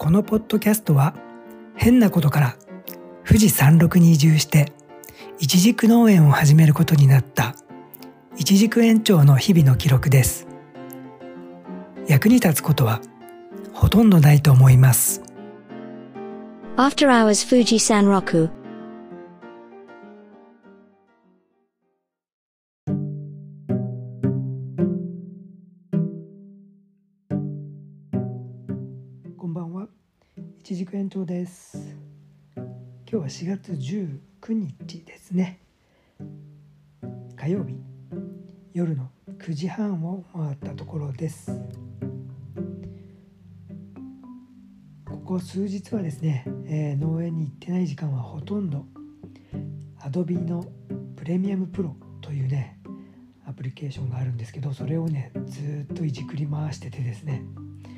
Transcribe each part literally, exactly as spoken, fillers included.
このポッドキャストは変なことから富士山麓に移住していちじく農園を始めることになったいちじく園長の日々の記録です。役に立つことはほとんどないと思います。 After Hours Fuji Sanroku。 こんばんは、いちじく園長です。今日はしがつじゅうくにちですね。火曜日夜のくじはんを回ったところです。ここ数日はですね、えー、農園に行ってない時間はほとんど Adobe のプレミアムプロというねアプリケーションがあるんですけど、それをねずっといじくり回しててですね、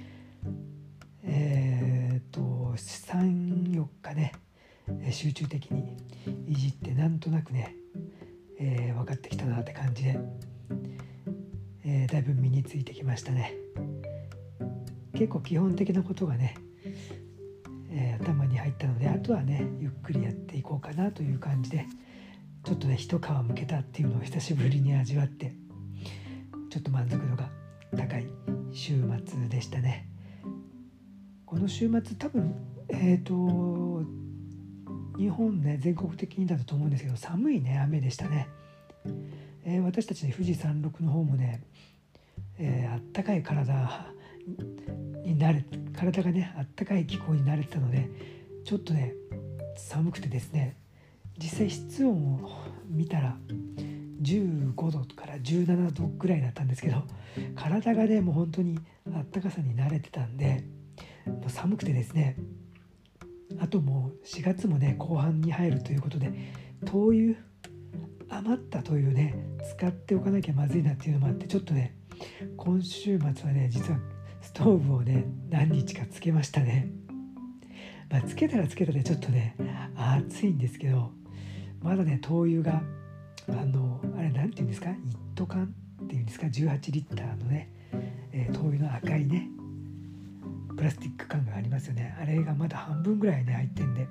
えー、っとさん、よっかね集中的にいじってなんとなくね、えー、分かってきたなって感じで、えー、だいぶ身についてきましたね。結構基本的なことがね、えー、頭に入ったので、あとはねゆっくりやっていこうかなという感じで、ちょっとね一皮むけたっていうのを久しぶりに味わって、ちょっと満足度が高い週末でしたね。この週末多分えっと日本ね全国的にだと思うんですけど、寒いね雨でしたね。えー、私たち、ね、富士山麓の方もね、えー、あったかい体になれ体がねあったかい気候に慣れてたので、ちょっとね寒くてですね、実際室温を見たらじゅうごどからじゅうななどぐらいだったんですけど、体がねもう本当にあったかさに慣れてたんで、もう寒くてですね、あともうしがつもね後半に入るということで、灯油余った灯油ね使っておかなきゃまずいなっていうのもあって、ちょっとね今週末はね実はストーブをね何日かつけましたね。まあ、つけたらつけたでちょっとね暑いんですけど、まだね灯油があのあれなんていうんですか、一斗缶っていうんですか、じゅうはちリッターのね、えー、灯油の赤いねプラスチック缶がありますよね。あれがまだ半分ぐらいね入ってんで、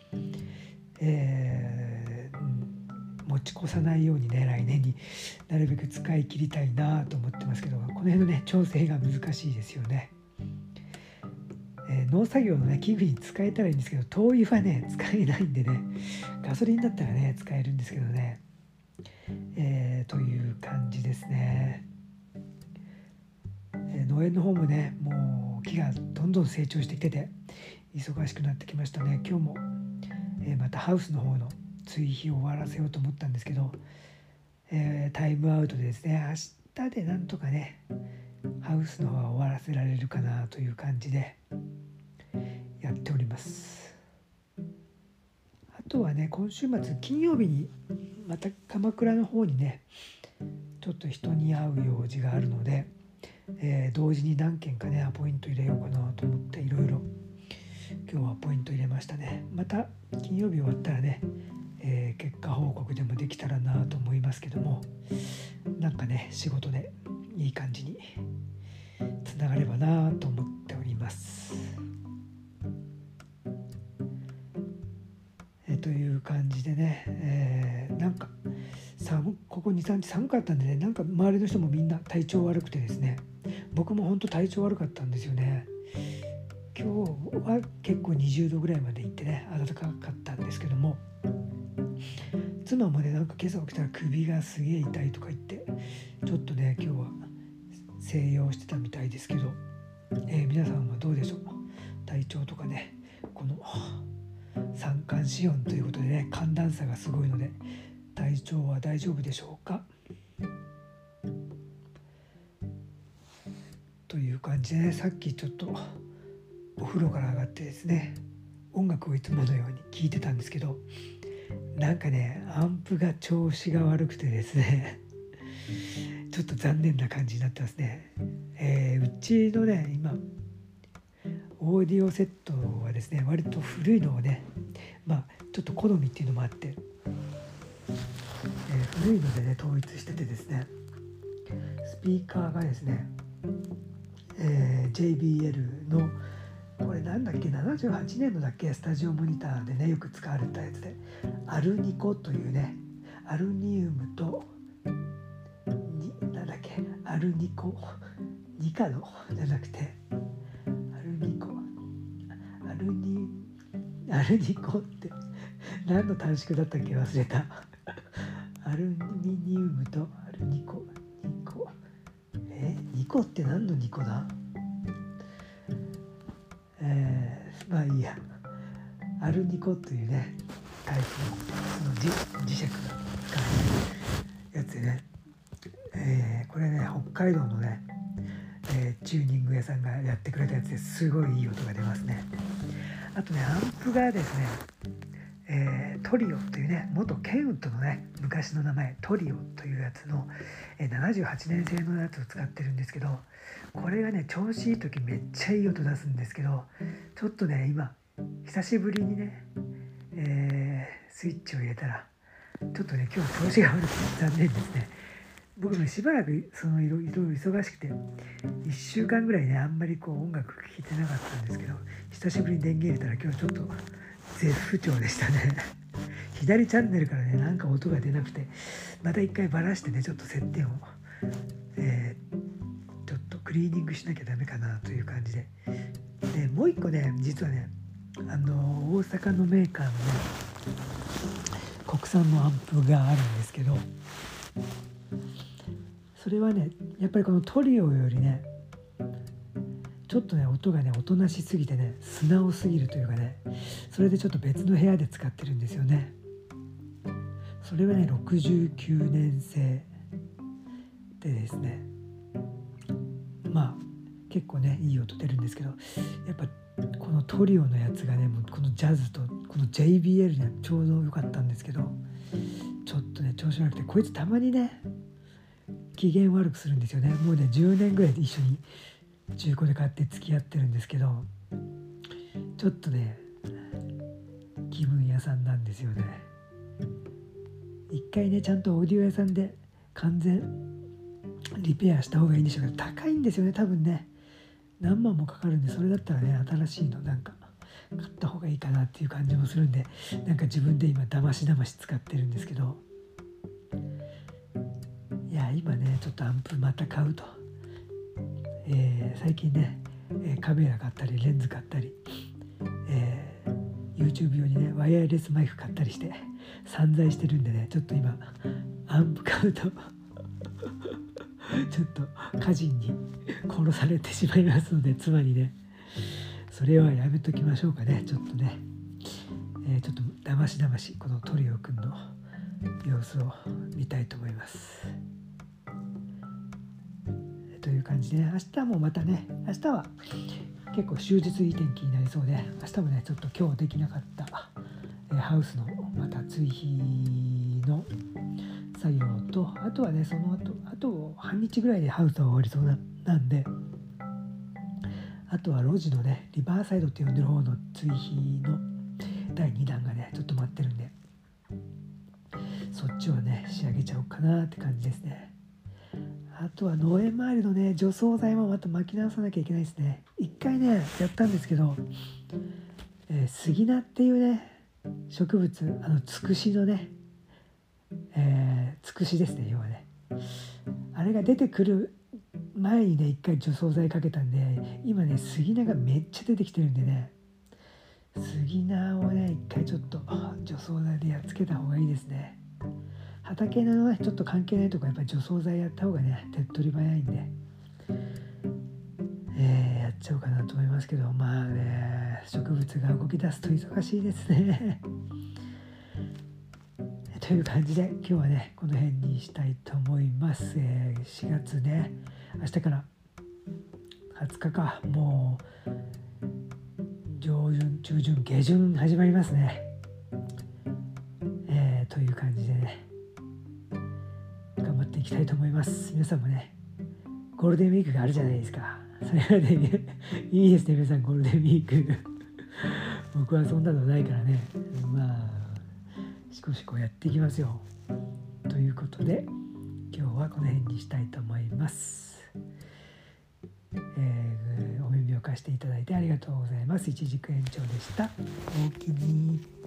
えー、持ち越さないようにね来年になるべく使い切りたいなと思ってますけど、この辺のね調整が難しいですよね。えー、農作業のね器具に使えたらいいんですけど、灯油はね使えないんでね、ガソリンだったらね使えるんですけどね、えー、という感じですね。えー、農園の方もねもう木がどんどん成長してきてて忙しくなってきましたね。今日も、えー、またハウスの方の追肥を終わらせようと思ったんですけど、えー、タイムアウトでですね、明日でなんとかねハウスの方は終わらせられるかなという感じでやっております。あとはね今週末金曜日にまた鎌倉の方にねちょっと人に会う用事があるので、えー、同時に何件かねアポイント入れようかなと思って、いろいろ今日はアポイント入れましたね。また金曜日終わったらね、えー、結果報告でもできたらなと思いますけども、なんかね仕事でいい感じにつながればなと思っております。えという感じでね、えー、なんか寒ここ にさんにち寒かったんでね、なんか周りの人もみんな体調悪くてですね、僕も本当体調悪かったんですよね。今日は結構にじゅうどぐらいまで行ってね暖かかったんですけども、妻もねなんか今朝起きたら首がすげえ痛いとか言って、ちょっとね今日は静養してたみたいですけど、えー、皆さんはどうでしょう。体調とかね、この三寒四温ということでね寒暖差がすごいので体調は大丈夫でしょうかという感じでね、さっきちょっとお風呂から上がってですね音楽をいつものように聴いてたんですけど、なんかねアンプが調子が悪くてですねちょっと残念な感じになってますね。えー、うちのね今オーディオセットはですね割と古いのをね、まあちょっと好みっていうのもあって、えー、古いのでね統一しててですね、スピーカーがですね、えー、ジェイビーエル のこれなんだっけ、ななじゅうはちねんのだっけ、スタジオモニターでねよく使われたやつで、アルニコというね、アルニウムとになんだっけ、アルニコニカドじゃなくてアルニコアルニアルニコって何の短縮だったっけ、忘れたアルミニウムとアルニコニコえニコって何のニコだ、えー、まあいいや、アルニコというねタイプのその 磁, 磁石が使えるやつでね、えー、これね北海道のね、えー、チューニング屋さんがやってくれたやつですごいいい音が出ますね。あとねアンプがですね、えー、トリオというね、元ケンウッドのね昔の名前トリオというやつの、えー、ななじゅうはちねん製のやつを使ってるんですけど、これがね調子いい時めっちゃいい音出すんですけど、ちょっとね今久しぶりにね、えー、スイッチを入れたらちょっとね今日調子が悪くて残念ですね。僕もしばらくそのいろいろ忙しくていっしゅうかんぐらいねあんまりこう音楽聴いてなかったんですけど、久しぶりに電源入れたら今日ちょっと絶不調でしたね左チャンネルからねなんか音が出なくて、また一回バラしてねちょっと接点を、えー、ちょっとクリーニングしなきゃダメかなという感じで、でもう一個ね実はねあの大阪のメーカーのね国産のアンプがあるんですけど、それはねやっぱりこのトリオよりねちょっとね音がねおとなしすぎてね素直すぎるというかね、それでちょっと別の部屋で使ってるんですよね。それはねろくじゅうきゅうねん製でですね、まあ結構ねいい音出るんですけど、やっぱこのトリオのやつがねもうこのジャズとこの ジェイビーエル にはちょうど良かったんですけど、ちょっとね調子悪くて、こいつたまにね機嫌悪くするんですよね。もうねじゅうねんぐらいで一緒に中古で買って付き合ってるんですけど、ちょっとね気分屋さんなんですよね。一回ねちゃんとオーディオ屋さんで完全リペアした方がいいんでしょうけど、高いんですよね多分ね、何万もかかるんで、それだったらね新しいのなんか買った方がいいかなっていう感じもするんで、なんか自分で今だましだまし使ってるんですけど、いや今ねちょっとアンプまた買うと、えー、最近ねカメラ買ったりレンズ買ったり、えー、YouTube 用にねワイヤレスマイク買ったりして散財してるんでね、ちょっと今アンプ買うとちょっと家人に殺されてしまいますので、妻にねそれはやめときましょうかね。ちょっとね、えー、ちょっとだましだましこのトリオくんの様子を見たいと思います。という感じで、ね、明日もまたね明日は結構終日いい天気になりそうで、明日もねちょっと今日できなかった、えー、ハウスのまた追肥の作業と、あとはねその後あと半日ぐらいでハウスは終わりそう な, なんであとは路地のねリバーサイドって呼んでる方の追肥のだいにだんがねちょっと待ってるんで、そっちをね仕上げちゃおうかなって感じですね。あとは農園周りのね除草剤もまた巻き直さなきゃいけないですね。一回ねやったんですけど、えー、杉菜っていうね植物、あのつくしのね、えー、つくしですね要はね、あれが出てくる前にね一回除草剤かけたんで、今ね杉菜がめっちゃ出てきてるんでね、杉菜をね一回ちょっと除草剤でやっつけた方がいいですね。畑のねちょっと関係ないとこやっぱり除草剤やった方がね手っ取り早いんで、えー、やっちゃおうかなと思いますけど、まあね植物が動き出すと忙しいですねという感じで今日はねこの辺にしたいと思います。えー、しがつね明日からはつかか、もう上旬中旬下旬始まりますね。えー、という感じでね頑張っていきたいと思います。皆さんもねゴールデンウィークがあるじゃないですか。それはねいいですね皆さんゴールデンウィーク僕はそんなのないからね、まあしこしこやっていきますよ。ということで今日はこの辺にしたいと思います。えー、お耳を貸していただいてありがとうございます。一軸延長でした。おおきに。